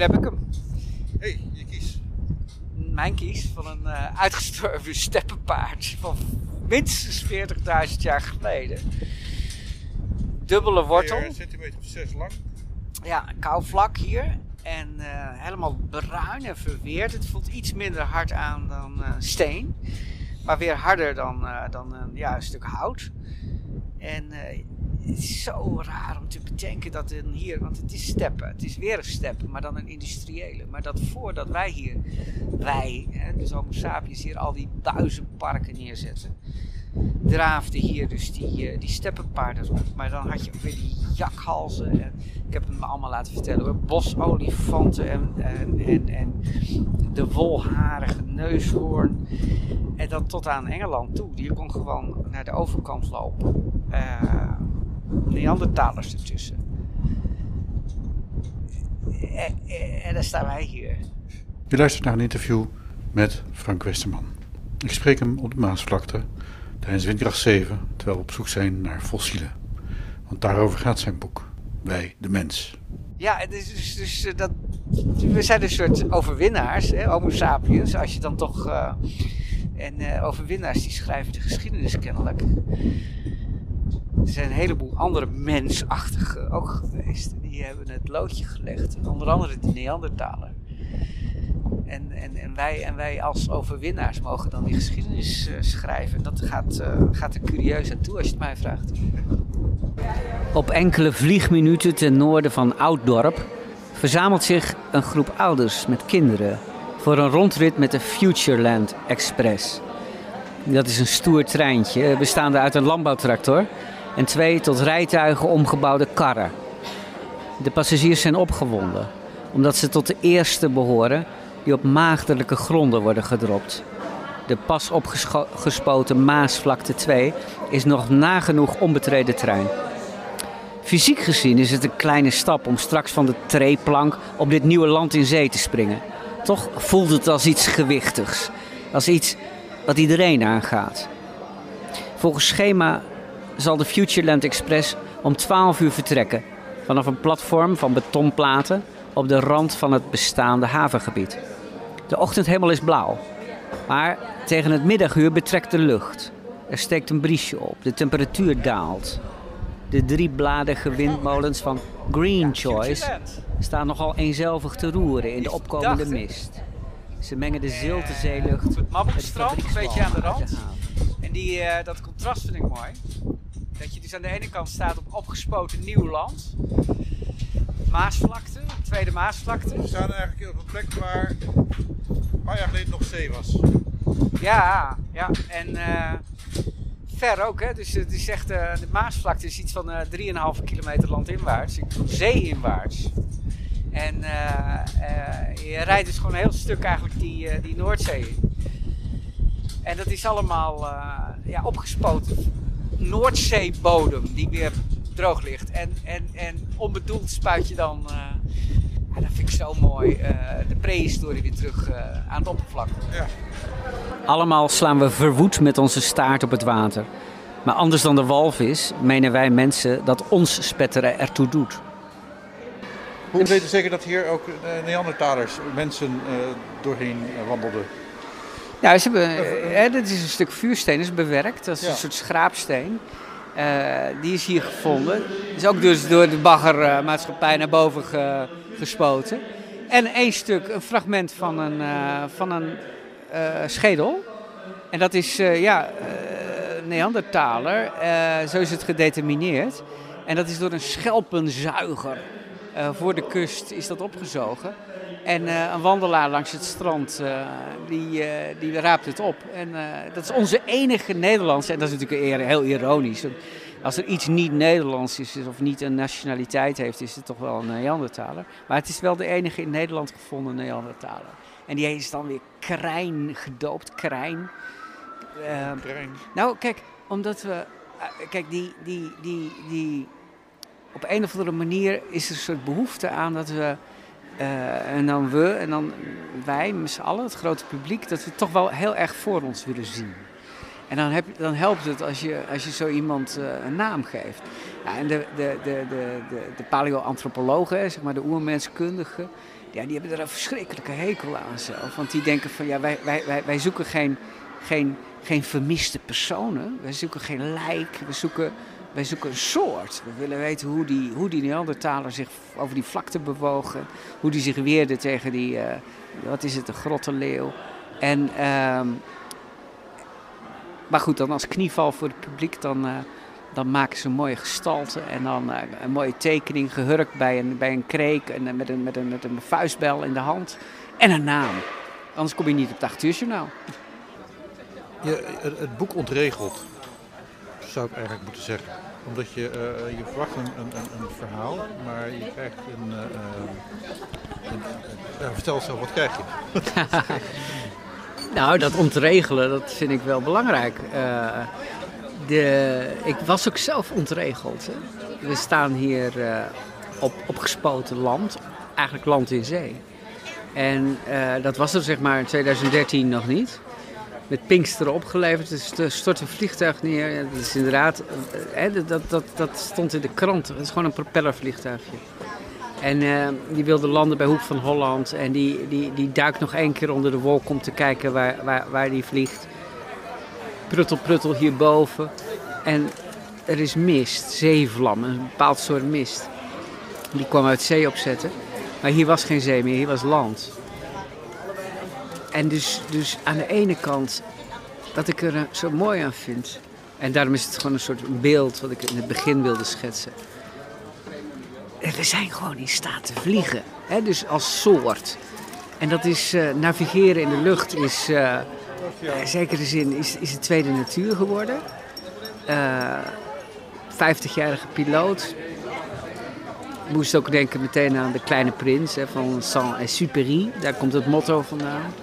heb ik hem. Hé, je kies. Mijn kies van een uitgestorven steppenpaard van minstens 40.000 jaar geleden. Dubbele wortel. Een centimeter of 6 lang. Ja, kou vlak hier. En helemaal bruin en verweerd. Het voelt iets minder hard aan dan steen. Maar weer harder dan een stuk hout. En het is zo raar om te bedenken dat hier, want het is steppen. Het is weer een steppen, maar dan een industriële. Maar dat voordat wij, dus Homo sapiens, hier al die buizenparken neerzetten, draafde hier dus die steppenpaarden rond. Maar dan had je ook weer die jakhalzen. En ik heb het me allemaal laten vertellen hoor. Bosolifanten en de wolharige neushoorn. En dan tot aan Engeland toe. Je kon gewoon naar de overkant lopen. Neandertalers ertussen. En dan staan wij hier. U luistert naar een interview met Frank Westerman. Ik spreek hem op de Maasvlakte tijdens Windkracht 7, terwijl we op zoek zijn naar fossielen. Want daarover gaat zijn boek, Wij, de Mens. Ja, het is we zijn een soort overwinnaars, hè, Homo sapiens. Als je dan toch... overwinnaars die schrijven de geschiedenis kennelijk. Er zijn een heleboel andere mensachtigen ook geweest. Die hebben het loodje gelegd. Onder andere de Neandertaler. En wij als overwinnaars mogen dan die geschiedenis schrijven. En dat gaat er curieus aan toe als je het mij vraagt. Op enkele vliegminuten ten noorden van Ouddorp verzamelt zich een groep ouders met kinderen voor een rondrit met de Futureland Express. Dat is een stoer treintje bestaande uit een landbouwtractor en 2 tot rijtuigen omgebouwde karren. De passagiers zijn opgewonden, omdat ze tot de eerste behoren die op maagdelijke gronden worden gedropt. De pas opgespoten Maasvlakte 2 is nog nagenoeg onbetreden terrein. Fysiek gezien is het een kleine stap om straks van de treeplank op dit nieuwe land in zee te springen. Toch voelt het als iets gewichtigs, als iets wat iedereen aangaat. Volgens schema zal de Futureland Express om 12 uur vertrekken vanaf een platform van betonplaten op de rand van het bestaande havengebied. De ochtendhemel is blauw, maar tegen het middaguur betrekt de lucht. Er steekt een briesje op, de temperatuur daalt. De 3-bladige windmolens van Green Choice staan nogal eenzelvig te roeren in de opkomende mist. Ze mengen de zilte zeelucht op het Mabbelenstrand, een beetje aan de rand. En dat contrast vind ik mooi. Dat je dus aan de ene kant staat op opgespoten nieuw land. Maasvlakte, tweede Maasvlakte. We staan eigenlijk op een plek waar een paar jaar geleden nog zee was. Ja. En ver ook, hè. Dus het is echt, de Maasvlakte is iets van 3,5 kilometer landinwaarts, zeeinwaarts. En je rijdt dus gewoon een heel stuk eigenlijk die Noordzee in. En dat is allemaal opgespoten Noordzeebodem die weer droog ligt. En onbedoeld spuit je dan, dat vind ik zo mooi, de prehistorie weer terug aan het oppervlak. Ja. Allemaal slaan we verwoed met onze staart op het water. Maar anders dan de walvis menen wij mensen dat ons spetteren ertoe doet. Hoe weten zeker dat hier ook Neandertalers, mensen doorheen wandelden? Ja, dit is een stuk vuursteen, dat is bewerkt. Dat is een soort schraapsteen. Die is hier gevonden. Is ook dus door de baggermaatschappij naar boven gespoten. En een fragment van een schedel. En dat is Neandertaler. Zo is het gedetermineerd. En dat is door een schelpenzuiger voor de kust is dat opgezogen. En een wandelaar langs het strand, die raapt het op. En dat is onze enige Nederlandse, en dat is natuurlijk heel ironisch. Als er iets niet Nederlands is of niet een nationaliteit heeft, is het toch wel een Neandertaler. Maar het is wel de enige in Nederland gevonden Neandertaler. En die is dan weer Krijn gedoopt, Krijn. Krijn. Nou, kijk, omdat we... Kijk, op een of andere manier is er een soort behoefte aan dat we... en dan wij met z'n allen, het grote publiek, dat we het toch wel heel erg voor ons willen zien. En dan helpt het als je zo iemand een naam geeft. Ja, en de paleoantropologen, zeg maar de oermenskundigen, Ja, die hebben er een verschrikkelijke hekel aan zelf. Want die denken van, ja, wij zoeken geen vermiste personen. Wij zoeken geen lijk. Wij zoeken een soort. We willen weten hoe die Neandertaler zich over die vlakte bewogen. Hoe die zich weerde tegen die, wat is het, een grottenleeuw. En, maar goed, dan als knieval voor het publiek, dan maken ze een mooie gestalte. En dan een mooie tekening, gehurkt bij een kreek en met een vuistbel in de hand. En een naam. Anders kom je niet op het 8 uur journaal. Ja, het boek ontregelt, zou ik eigenlijk moeten zeggen. Omdat je verwacht een verhaal, maar je krijgt vertel zelf, wat krijg je? Nou, dat ontregelen, dat vind ik wel belangrijk. Ik was ook zelf ontregeld. Hè. We staan hier op gespoten land, eigenlijk land in zee. En dat was er zeg maar in 2013 nog niet. Met Pinksteren opgeleverd, dus er stort een vliegtuig neer. Dat is inderdaad, dat stond in de krant. Het is gewoon een propellervliegtuigje. En die wilde landen bij Hoek van Holland. En die duikt nog 1 keer onder de wolk om te kijken waar die vliegt. Pruttel, pruttel hierboven. En er is mist, zeevlam, een bepaald soort mist. Die kwam uit zee opzetten. Maar hier was geen zee meer, hier was land. En dus aan de ene kant, wat ik er zo mooi aan vind. En daarom is het gewoon een soort beeld wat ik in het begin wilde schetsen. We zijn gewoon in staat te vliegen, hè? Dus als soort. En dat is, navigeren in de lucht is, in zekere zin, is de tweede natuur geworden. 50-jarige piloot. Moest ook denken meteen aan de Kleine Prins, hè, van Saint-Exupéry. Daar komt het motto vandaan.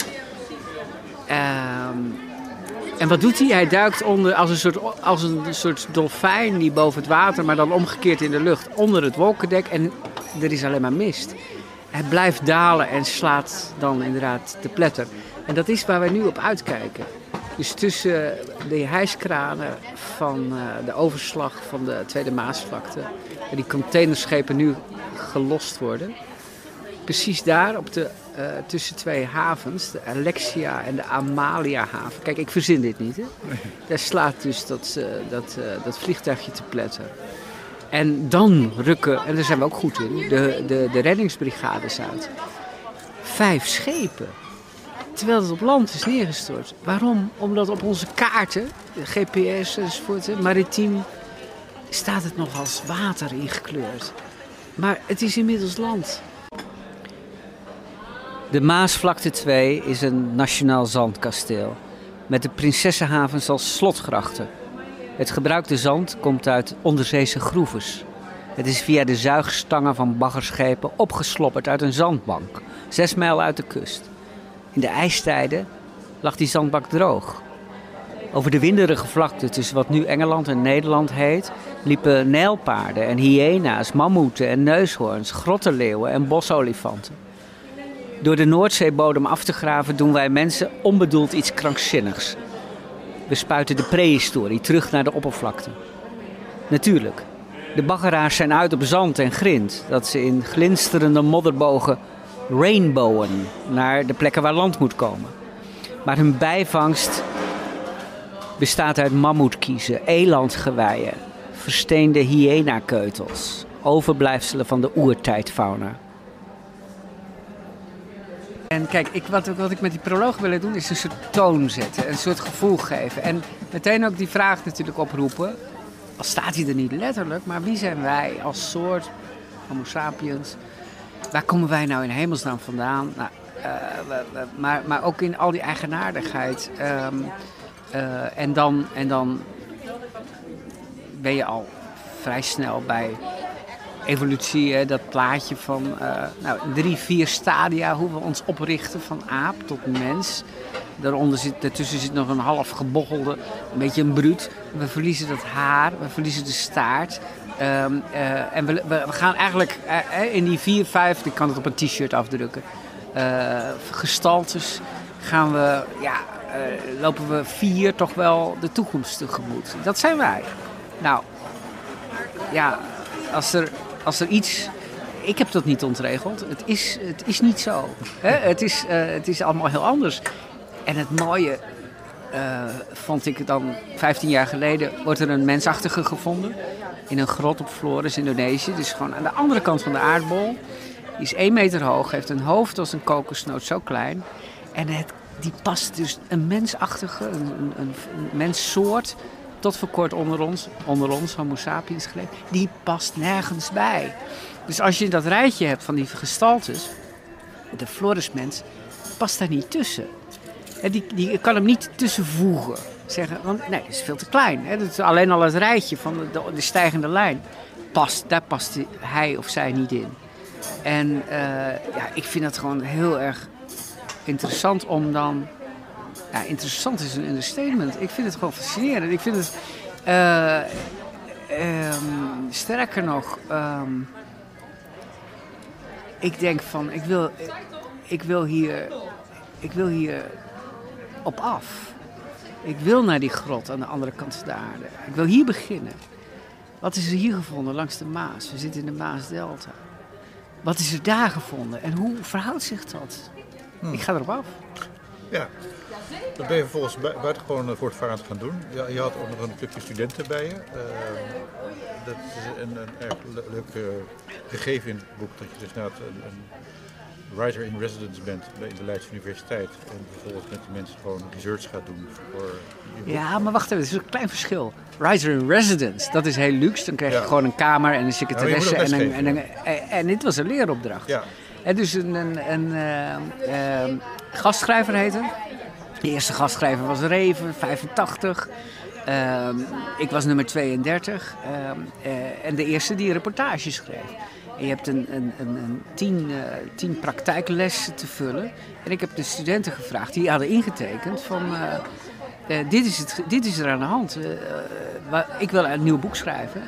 En wat doet hij? Hij duikt onder als een soort dolfijn die boven het water, maar dan omgekeerd in de lucht, onder het wolkendek. En er is alleen maar mist. Hij blijft dalen en slaat dan inderdaad te pletter. En dat is waar wij nu op uitkijken. Dus tussen de hijskranen van de overslag van de Tweede Maasvlakte, waar die containerschepen nu gelost worden. Precies daar, tussen 2 havens, de Alexia en de Amalia haven. Kijk, ik verzin dit niet, hè. Daar slaat dus dat vliegtuigje te pletter. En dan rukken, en daar zijn we ook goed in, de reddingsbrigades uit. 5 schepen. Terwijl het op land is neergestort. Waarom? Omdat op onze kaarten, de GPS enzovoort, maritiem, staat het nog als water ingekleurd. Maar het is inmiddels land. De Maasvlakte 2 is een nationaal zandkasteel. Met de prinsessenhavens als slotgrachten. Het gebruikte zand komt uit onderzeese groeves. Het is via de zuigstangen van baggerschepen opgeslopperd uit een zandbank. 6 mijl uit de kust. In de ijstijden lag die zandbank droog. Over de winderige vlakte tussen wat nu Engeland en Nederland heet, liepen nijlpaarden en hyena's, mammoeten en neushoorns, grottenleeuwen en bosolifanten. Door de Noordzeebodem af te graven doen wij mensen onbedoeld iets krankzinnigs. We spuiten de prehistorie terug naar de oppervlakte. Natuurlijk, de baggeraars zijn uit op zand en grind, dat ze in glinsterende modderbogen rainbowen naar de plekken waar land moet komen. Maar hun bijvangst bestaat uit mammoetkiezen, elandgeweien, versteende hyenakeutels, overblijfselen van de oertijdfauna. En kijk, wat ik met die proloog wil doen is een soort toon zetten, een soort gevoel geven. En meteen ook die vraag natuurlijk oproepen, al staat hij er niet letterlijk, maar wie zijn wij als soort, homo sapiens? Waar komen wij nou in hemelsnaam vandaan? Nou, maar ook in al die eigenaardigheid. En dan ben je al vrij snel bij evolutie, dat plaatje van 3-4 stadia, hoe we ons oprichten van aap tot mens. Daartussen zit nog een half gebochelde, een beetje een bruut. We verliezen dat haar, we verliezen de staart. En we gaan eigenlijk in die 4, 5, ik kan het op een t-shirt afdrukken, gestaltes gaan we, lopen we 4 toch wel de toekomst tegemoet. Dat zijn wij. Nou, ja, als er iets ik heb dat niet ontregeld. Het is niet zo. Hè? Het is allemaal heel anders. En het mooie vond ik dan 15 jaar geleden, wordt er een mensachtige gevonden. In een grot op Flores, Indonesië. Dus gewoon aan de andere kant van de aardbol. Die is 1 meter hoog, heeft een hoofd als een kokosnoot, zo klein. En die past dus een mensachtige, een menssoort, tot voor kort onder ons, Homo sapiens geleefd. Die past nergens bij. Dus als je dat rijtje hebt van die gestaltes, de Floresmens past daar niet tussen. Die kan hem niet tussenvoegen. Zeggen, want nee, dat is veel te klein. Hè? Dat is alleen al het rijtje van de stijgende lijn. Daar past hij of zij niet in. En ik vind dat gewoon heel erg interessant om dan... Ja, interessant is een understatement. Ik vind het gewoon fascinerend. Ik vind het... sterker nog... ik denk van... Ik wil hier op af. Ik wil naar die grot aan de andere kant van de aarde. Ik wil hier beginnen. Wat is er hier gevonden langs de Maas? We zitten in de Maasdelta. Wat is er daar gevonden? En hoe verhoudt zich dat? Ik ga erop af. Ja, dat ben je vervolgens buitengewoon voortvarend gaan doen. Je had ook nog een clubje studenten bij je. Dat is een erg leuk gegeven in het boek. Dat je dus inderdaad een writer in residence bent in de Leidse Universiteit. En vervolgens met die mensen gewoon research gaat doen voor je boek. Ja, maar wacht even, er is een klein verschil. Writer in residence, dat is heel luxe. Dan krijg je gewoon een kamer en een secretaresse. En dit was een leeropdracht. Ja. En dus een gastschrijver heette. De eerste gastschrijver was Reven, 85. Ik was nummer 32. En de eerste die reportages schreef. En je hebt een 10 praktijklessen te vullen. En ik heb de studenten gevraagd, die hadden ingetekend van... dit is er aan de hand. Ik wil een nieuw boek schrijven.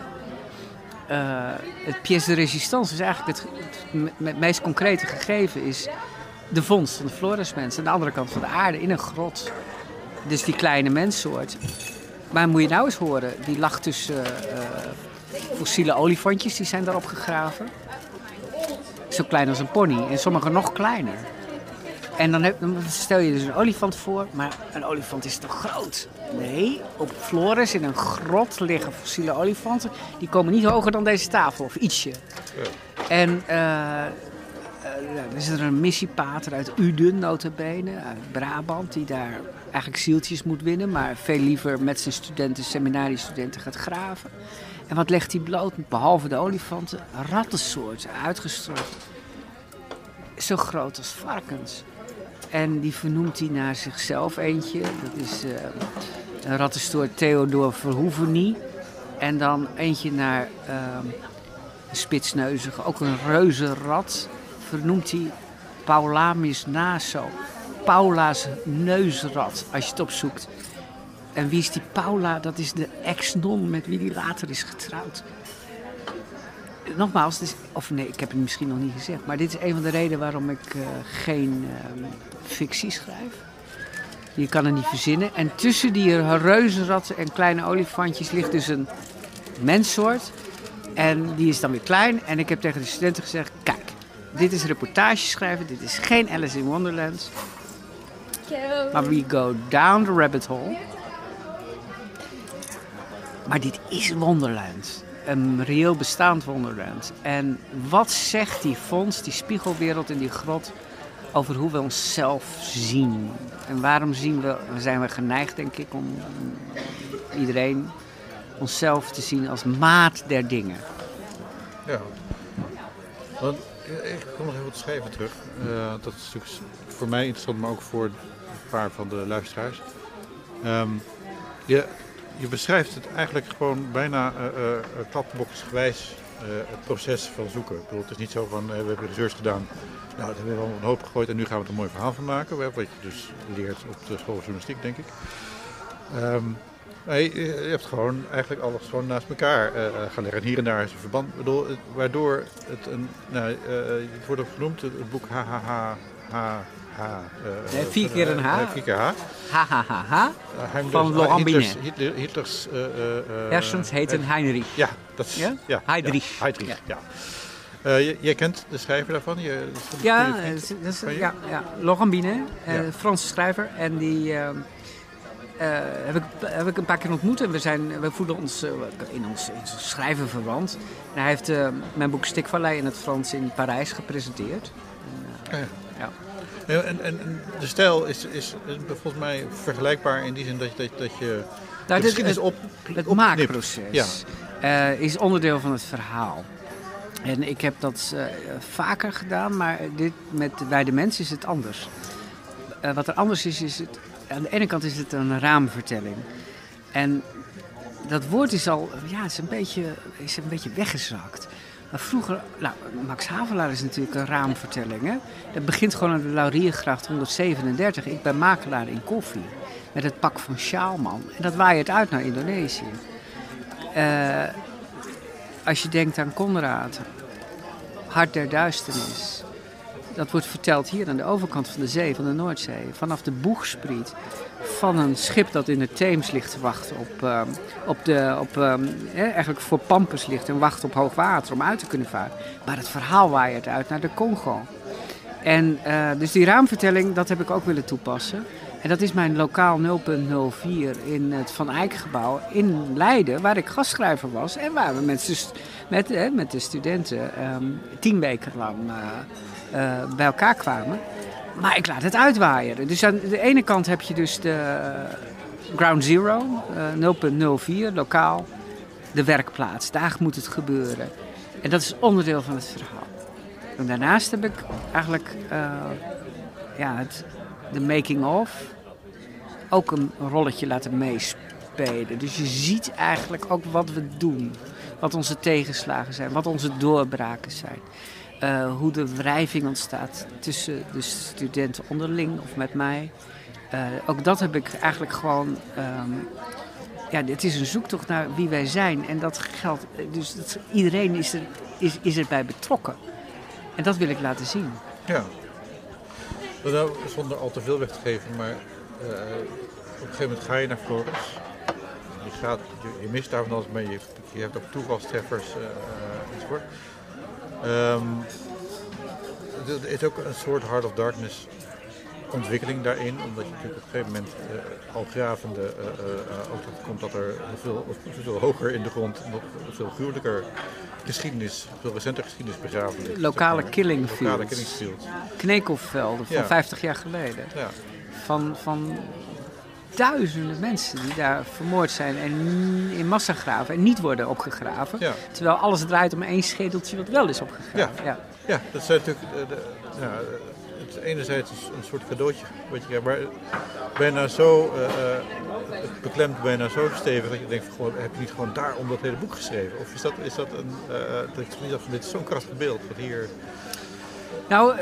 Het pièce de résistance is eigenlijk het meest concrete gegeven is de vondst van de Floresmens aan de andere kant van de aarde in een grot. Dus die kleine menssoort. Maar moet je nou eens horen, die lag tussen fossiele olifantjes, die zijn daarop gegraven. Zo klein als een pony en sommige nog kleiner. En dan stel je dus een olifant voor, maar een olifant is toch groot? Nee, op Flores in een grot liggen fossiele olifanten. Die komen niet hoger dan deze tafel, of ietsje. Ja. En dan is er een missiepater uit Uden, nota bene, uit Brabant, die daar eigenlijk zieltjes moet winnen, maar veel liever met zijn studenten, seminariestudenten gaat graven. En wat legt hij bloot, behalve de olifanten? Rattensoorten, uitgestrooid. Zo groot als varkens. En die vernoemt hij naar zichzelf eentje. Dat is een rattensoort Theodor Verhoevenie. En dan eentje naar een spitsneuzige, ook een reuzenrat. Vernoemt hij Paulamius naso. Paula's neusrat, als je het opzoekt. En wie is die Paula? Dat is de ex-non met wie hij later is getrouwd. Nogmaals, ik heb het misschien nog niet gezegd, maar dit is een van de redenen waarom ik geen fictie schrijf. Je kan het niet verzinnen. En tussen die reuzenratten en kleine olifantjes ligt dus een menssoort. En die is dan weer klein. En ik heb tegen de studenten gezegd, kijk, dit is reportage schrijven, dit is geen Alice in Wonderland. Maar we go down the rabbit hole. Maar dit is Wonderland. Een reëel bestaand Wonderland. En wat zegt die vondst, die spiegelwereld in die grot, over hoe we onszelf zien? En waarom zijn we geneigd, denk ik, om iedereen onszelf te zien als maat der dingen? Ja. Want ik kom nog even wat schrijven terug. Dat is natuurlijk voor mij interessant, maar ook voor een paar van de luisteraars. Je beschrijft het eigenlijk gewoon bijna klapboksgewijs het proces van zoeken. Ik bedoel, het is niet zo van, we hebben research gedaan, nou, dat hebben we wel een hoop gegooid en nu gaan we er een mooi verhaal van maken. Wat je dus leert op de school van journalistiek, denk ik. Je hebt gewoon eigenlijk alles gewoon naast elkaar gaan leggen. En hier en daar is een verband, waardoor het wordt ook genoemd, het boek nee, 4 keer een H. 4 keer H. H. Van Laurent Binet. Hitlers hersens heten Heinrich. Ja, dat is... Ja? Ja, Heydrich. Ja, Heydrich, ja. Jij kent de schrijver daarvan? Ja, Laurent Binet, Franse schrijver. En die heb ik een paar keer ontmoet. En we voelen ons in ons schrijven verwant. En hij heeft mijn boek Stikvallei in het Frans in Parijs gepresenteerd. En de stijl is volgens mij vergelijkbaar in die zin dat je de geschiedenis het maakproces is onderdeel van het verhaal. En ik heb dat vaker gedaan, maar met Wij de Mens is het anders. Wat er anders is het... Aan de ene kant is het een raamvertelling. En dat woord is al... Ja, het is een beetje weggezakt. Maar vroeger... Nou, Max Havelaar is natuurlijk een raamvertelling, hè? Dat begint gewoon aan de Lauriergracht 137. Ik ben makelaar in koffie. Met het pak van Sjaalman. En dat waait uit naar Indonesië. Als je denkt aan Konrad, Hart der Duisternis. Dat wordt verteld hier aan de overkant van de zee, van de Noordzee. Vanaf de boegspriet van een schip dat in de Theems ligt te wachten eigenlijk voor Pampus ligt en wacht op hoog water om uit te kunnen varen. Maar het verhaal waait uit naar de Congo. En dus die raamvertelling, dat heb ik ook willen toepassen. En dat is mijn lokaal 0.04 in het Van Eyck gebouw in Leiden, waar ik gastschrijver was. En waar we met de studenten 10 weken lang bij elkaar kwamen. Maar ik laat het uitwaaien. Dus aan de ene kant heb je dus de Ground Zero, 0.04, lokaal, de werkplaats. Daar moet het gebeuren. En dat is onderdeel van het verhaal. En daarnaast heb ik eigenlijk de making of ook een rolletje laten meespelen. Dus je ziet eigenlijk ook wat we doen. Wat onze tegenslagen zijn, wat onze doorbraken zijn. Hoe de wrijving ontstaat tussen de studenten onderling of met mij. Ook dat heb ik eigenlijk gewoon... het is een zoektocht naar wie wij zijn. En dat geldt... Dus iedereen is erbij betrokken. En dat wil ik laten zien. Ja. Nou, zonder al te veel weg te geven, maar op een gegeven moment ga je naar Flores. Je mist daar van alles, maar je hebt ook toevalstreffers enzovoort. Er is ook een soort Heart of Darkness ontwikkeling daarin, omdat je natuurlijk op een gegeven moment al gravende ook dat komt dat er veel hoger in de grond nog veel gruwelijker geschiedenis, veel recenter geschiedenis begraven ligt. Lokale killing fields. Knekelvelden van 50 jaar geleden. Ja. Van duizenden mensen die daar vermoord zijn en in massagraven en niet worden opgegraven. Ja. Terwijl alles draait om één schedeltje wat wel is opgegraven. Ja, dat zijn natuurlijk... het is enerzijds een soort cadeautje wat je krijgt, maar bijna zo beklemd, bijna zo stevig dat je denkt van, heb je niet gewoon daarom dat hele boek geschreven? Of is dat een... dat ik niet dacht van, dit is zo'n krachtig beeld wat hier... Nou...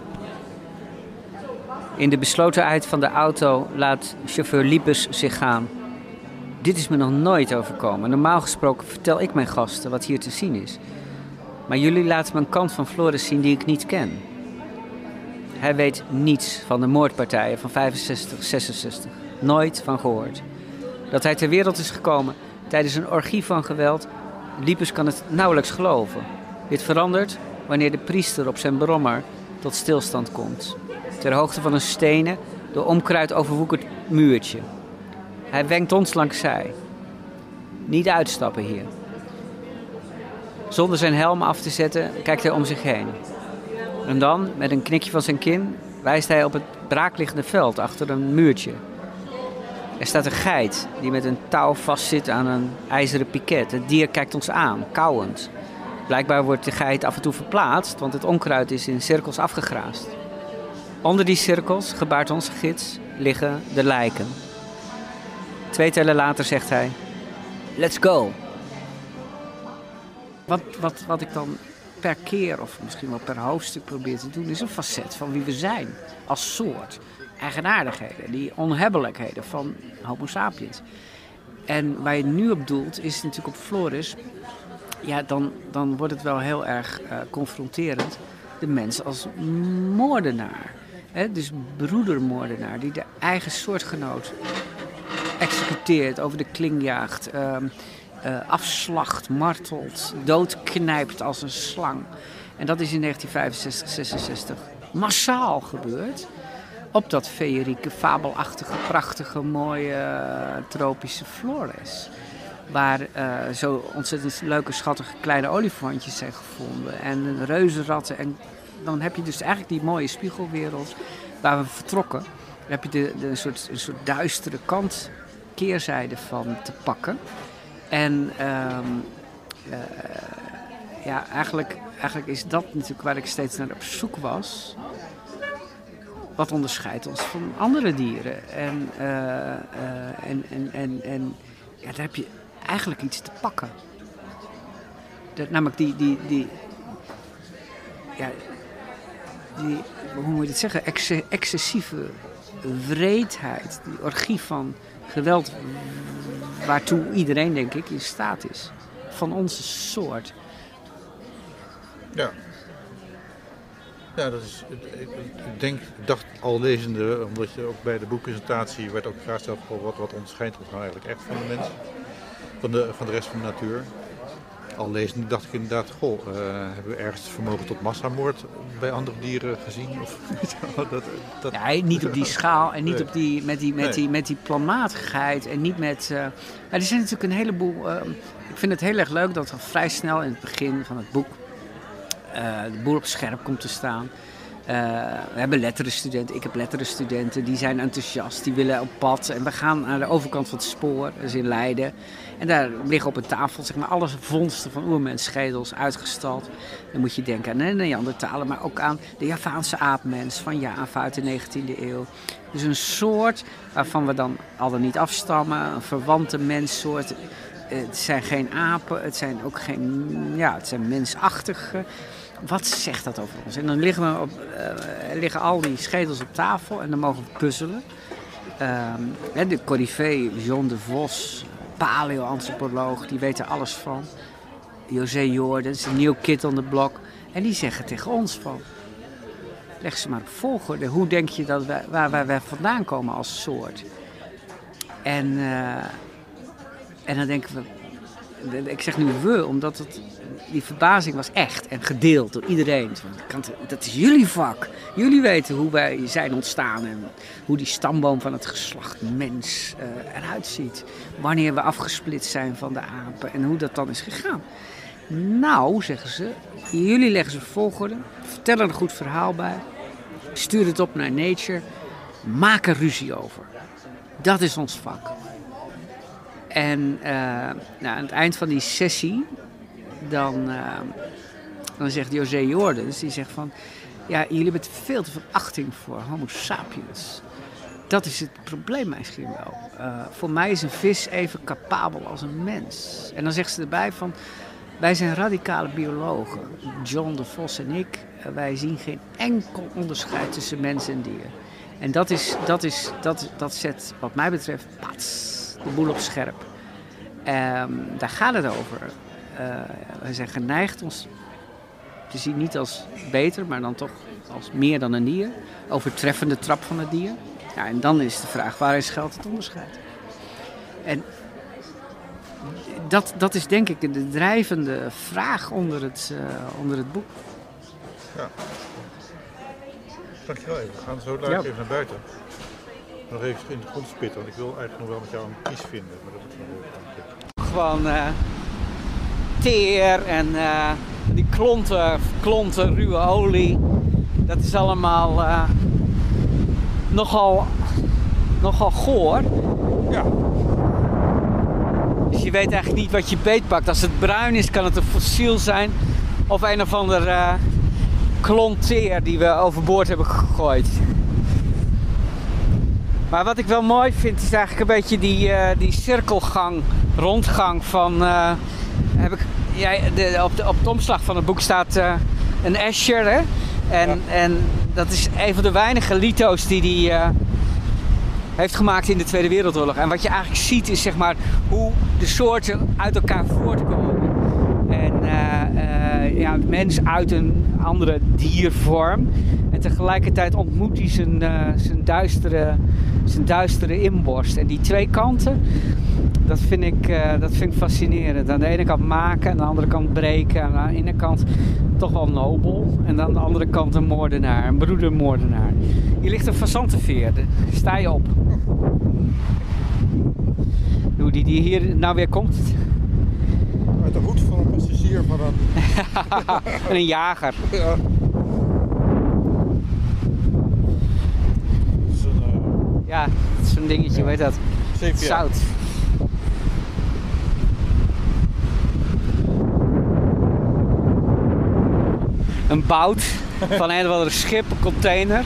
In de beslotenheid van de auto laat chauffeur Liepes zich gaan. Dit is me nog nooit overkomen. Normaal gesproken vertel ik mijn gasten wat hier te zien is. Maar jullie laten me een kant van Flores zien die ik niet ken. Hij weet niets van de moordpartijen van 65, 66. Nooit van gehoord. Dat hij ter wereld is gekomen tijdens een orgie van geweld, Liepes kan het nauwelijks geloven. Dit verandert wanneer de priester op zijn brommer tot stilstand komt. Ter hoogte van een stenen, door onkruid overwoekerd muurtje. Hij wenkt ons langs zij. Niet uitstappen hier. Zonder zijn helm af te zetten, kijkt hij om zich heen. En dan, met een knikje van zijn kin, wijst hij op het braakliggende veld achter een muurtje. Er staat een geit die met een touw vastzit aan een ijzeren piket. Het dier kijkt ons aan, kauwend. Blijkbaar wordt de geit af en toe verplaatst, want het onkruid is in cirkels afgegraasd. Onder die cirkels, gebaart onze gids, liggen de lijken. 2 tellen later zegt hij, let's go. Wat ik dan per keer, of misschien wel per hoofdstuk probeer te doen, is een facet van wie we zijn. Als soort. Eigenaardigheden, die onhebbelijkheden van Homo sapiens. En waar je nu op doelt, is natuurlijk op Flores. Ja, dan wordt het wel heel erg confronterend. De mens als moordenaar. Dus broedermoordenaar die de eigen soortgenoot executeert, over de kling jaagt, afslacht, martelt, doodknijpt als een slang. En dat is in 1965, 66 massaal gebeurd. Op dat feerieke, fabelachtige, prachtige, mooie tropische Flores. Waar zo ontzettend leuke, schattige kleine olifantjes zijn gevonden. En reuzenratten. En dan heb je dus eigenlijk die mooie spiegelwereld waar we vertrokken. Dan heb je een soort duistere kant, keerzijde van te pakken. En eigenlijk is dat natuurlijk waar ik steeds naar op zoek was. Wat onderscheidt ons van andere dieren. En daar heb je eigenlijk iets te pakken. Namelijk die hoe moet je het zeggen, excessieve wreedheid, die orgie van geweld waartoe iedereen, denk ik, in staat is. Van onze soort. Ja. Ja, dat is, ik dacht al lezende, omdat je ook bij de boekpresentatie werd ook graag gesteld, wat onderscheidt ons nou eigenlijk echt van de mens, van de rest van de natuur. Al lezende dacht ik inderdaad, hebben we ergens het vermogen tot massamoord bij andere dieren gezien? Of, ja, niet op die schaal en niet op met die planmatigheid en niet met... maar er zijn natuurlijk een heleboel... ik vind het heel erg leuk dat er vrij snel in het begin van het boek de boer op scherp komt te staan. We hebben letterenstudenten, ik heb letterenstudenten, die zijn enthousiast, die willen op pad. En we gaan naar de overkant van het spoor, dat is in Leiden. En daar liggen op een tafel zeg maar, alle vondsten van oermensschedels uitgestald. Dan moet je denken aan de Neandertalen, maar ook aan de Javaanse aapmens van Java uit de 19e eeuw. Dus een soort waarvan we dan al dan niet afstammen, een verwante menssoort. Het zijn geen apen, het zijn ook geen, het zijn mensachtige. Wat zegt dat over ons? En dan liggen al die schedels op tafel en dan mogen we puzzelen. De coryfee, John de Vos, paleoantropoloog, die weet er alles van. José Jordens, een nieuw kid on the block. En die zeggen tegen ons van, leg ze maar op volgorde. Hoe denk je dat waar wij vandaan komen als soort? En dan denken we, ik zeg nu we, omdat die verbazing was echt en gedeeld door iedereen. Dat is jullie vak. Jullie weten hoe wij zijn ontstaan en hoe die stamboom van het geslacht mens eruit ziet. Wanneer we afgesplitst zijn van de apen en hoe dat dan is gegaan. Nou, zeggen ze, jullie leggen ze volgorde, vertellen een goed verhaal bij, stuur het op naar Nature, maak er ruzie over. Dat is ons vak. En aan het eind van die sessie, dan zegt José Jordens, die zegt van, ja, jullie hebben veel te veel achting voor Homo sapiens. Dat is het probleem misschien wel. Voor mij is een vis even capabel als een mens. En dan zegt ze erbij van, wij zijn radicale biologen. John de Vos en ik, wij zien geen enkel onderscheid tussen mens en dier. En dat zet, wat mij betreft, de boel op scherp. Daar gaat het over. We zijn geneigd ons te zien niet als beter, maar dan toch als meer dan een dier. Overtreffende trap van het dier. Ja, en dan is de vraag, waarin schuilt het onderscheid? En dat is denk ik de drijvende vraag onder het boek. Ja. Dankjewel even. We gaan zo dadelijk even naar buiten. Nog even in de grond spitten, want ik wil eigenlijk nog wel met jou een kies vinden. Maar dat moet nog even een keer. Gewoon teer en die klonten ruwe olie. Dat is allemaal nogal goor. Ja. Dus je weet eigenlijk niet wat je beetpakt. Als het bruin is, kan het een fossiel zijn. Of een of ander klont teer die we overboord hebben gegooid. Maar wat ik wel mooi vind is eigenlijk een beetje die cirkelgang, rondgang van... op de omslag van het boek staat een Escher, hè? En dat is een van de weinige litho's die hij heeft gemaakt in de Tweede Wereldoorlog. En wat je eigenlijk ziet is zeg maar hoe de soorten uit elkaar voortkomen. En de mens uit een andere diervorm. En tegelijkertijd ontmoet hij zijn zijn duistere inborst. En die twee kanten, dat vind ik fascinerend. Aan de ene kant maken, aan de andere kant breken. En aan de ene kant toch wel nobel. En aan de andere kant een moordenaar, een broedermoordenaar. Hier ligt een fazantenveer, daar sta je op. Hoe die hier nou weer komt. Uit de hoed van een passagier van een... En een jager. Ja. Ja, dat is zo'n dingetje, hoe heet dat? CPA. Zout. Een bout van een of andere schip, een container.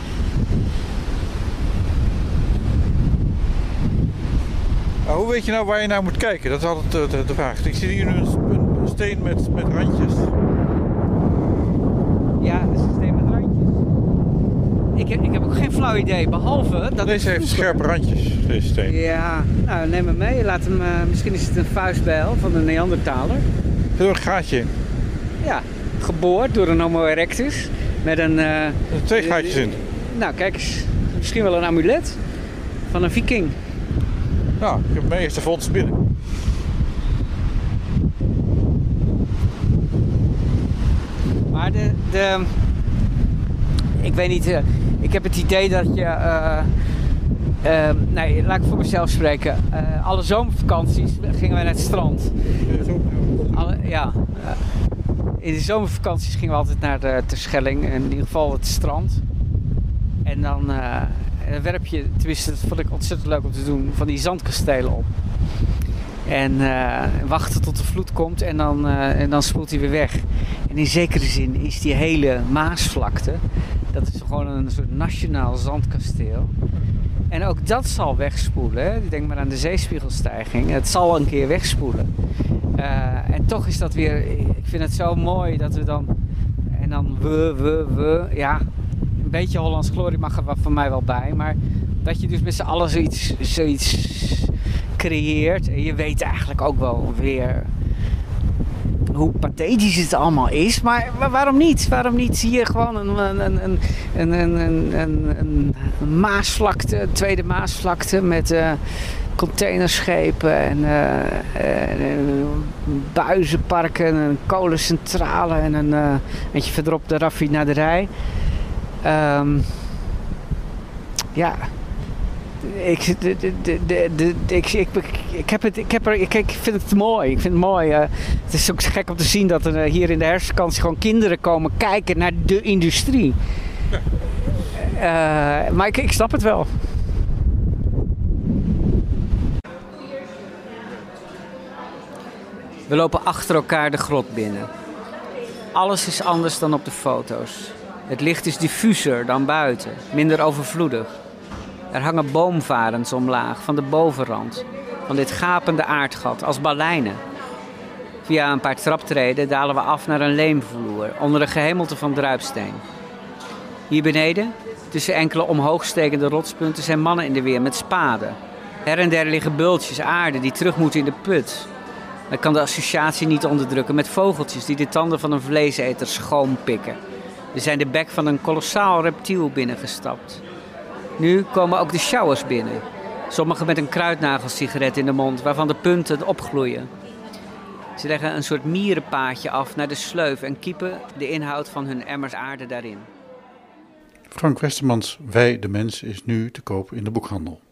Hoe weet je nou waar je naar moet kijken? Dat is altijd de vraag. Ik zie hier nu een steen met randjes. Ja, dat is een steen met randjes. Ik heb ook geen flauw idee, behalve dat... Deze heeft scherpe randjes, deze steen. Ja, nou neem hem mee. Laat hem, misschien is het een vuistbijl van een Neandertaler. Er zit een gaatje in. Ja, geboord door een Homo erectus. Met een... Er zitten 2 gaatjes in. Nou, kijk eens. Misschien wel een amulet van een viking. Nou, ik heb mijn eerste vondst binnen. Maar ik weet niet, ik heb het idee dat je, nee, laat ik voor mezelf spreken. Alle zomervakanties gingen wij naar het strand. In de zomervakanties gingen we altijd naar de Terschelling, in ieder geval het strand. En dan werp je, tenminste dat vond ik ontzettend leuk om te doen, van die zandkastelen op. En wachten tot de vloed komt en dan spoelt hij weer weg. En in zekere zin is die hele Maasvlakte, dat is gewoon een soort nationaal zandkasteel. En ook dat zal wegspoelen. Hè? Denk maar aan de zeespiegelstijging. Het zal een keer wegspoelen. En toch is dat weer, ik vind het zo mooi dat we dan, en dan ja, een beetje Hollands glorie mag er van mij wel bij, maar dat je dus met z'n allen zoiets creëert. En je weet eigenlijk ook wel weer hoe pathetisch het allemaal is. Maar waarom niet? Waarom niet? Zie je gewoon een Maasvlakte, een tweede Maasvlakte met containerschepen en buizenparken, een kolencentrale en een eentje verderop de raffinaderij. Ja. Ik vind het mooi. Ik vind het mooi. Het is ook gek om te zien dat er hier in de herfstvakantie gewoon kinderen komen kijken naar de industrie. Maar ik snap het wel. We lopen achter elkaar de grot binnen. Alles is anders dan op de foto's. Het licht is diffuser dan buiten, minder overvloedig. Er hangen boomvarens omlaag van de bovenrand van dit gapende aardgat als baleinen. Via een paar traptreden dalen we af naar een leemvloer onder een gehemelte van druipsteen. Hier beneden, tussen enkele omhoogstekende rotspunten, zijn mannen in de weer met spaden. Her en der liggen bultjes aarde die terug moeten in de put. Ik kan de associatie niet onderdrukken met vogeltjes die de tanden van een vleeseter schoonpikken. We zijn de bek van een kolossaal reptiel binnengestapt. Nu komen ook de sjouwers binnen. Sommigen met een kruidnagelsigaret in de mond, waarvan de punten opgloeien. Ze leggen een soort mierenpaadje af naar de sleuf en kiepen de inhoud van hun emmers aarde daarin. Frank Westermans Wij de Mens is nu te koop in de boekhandel.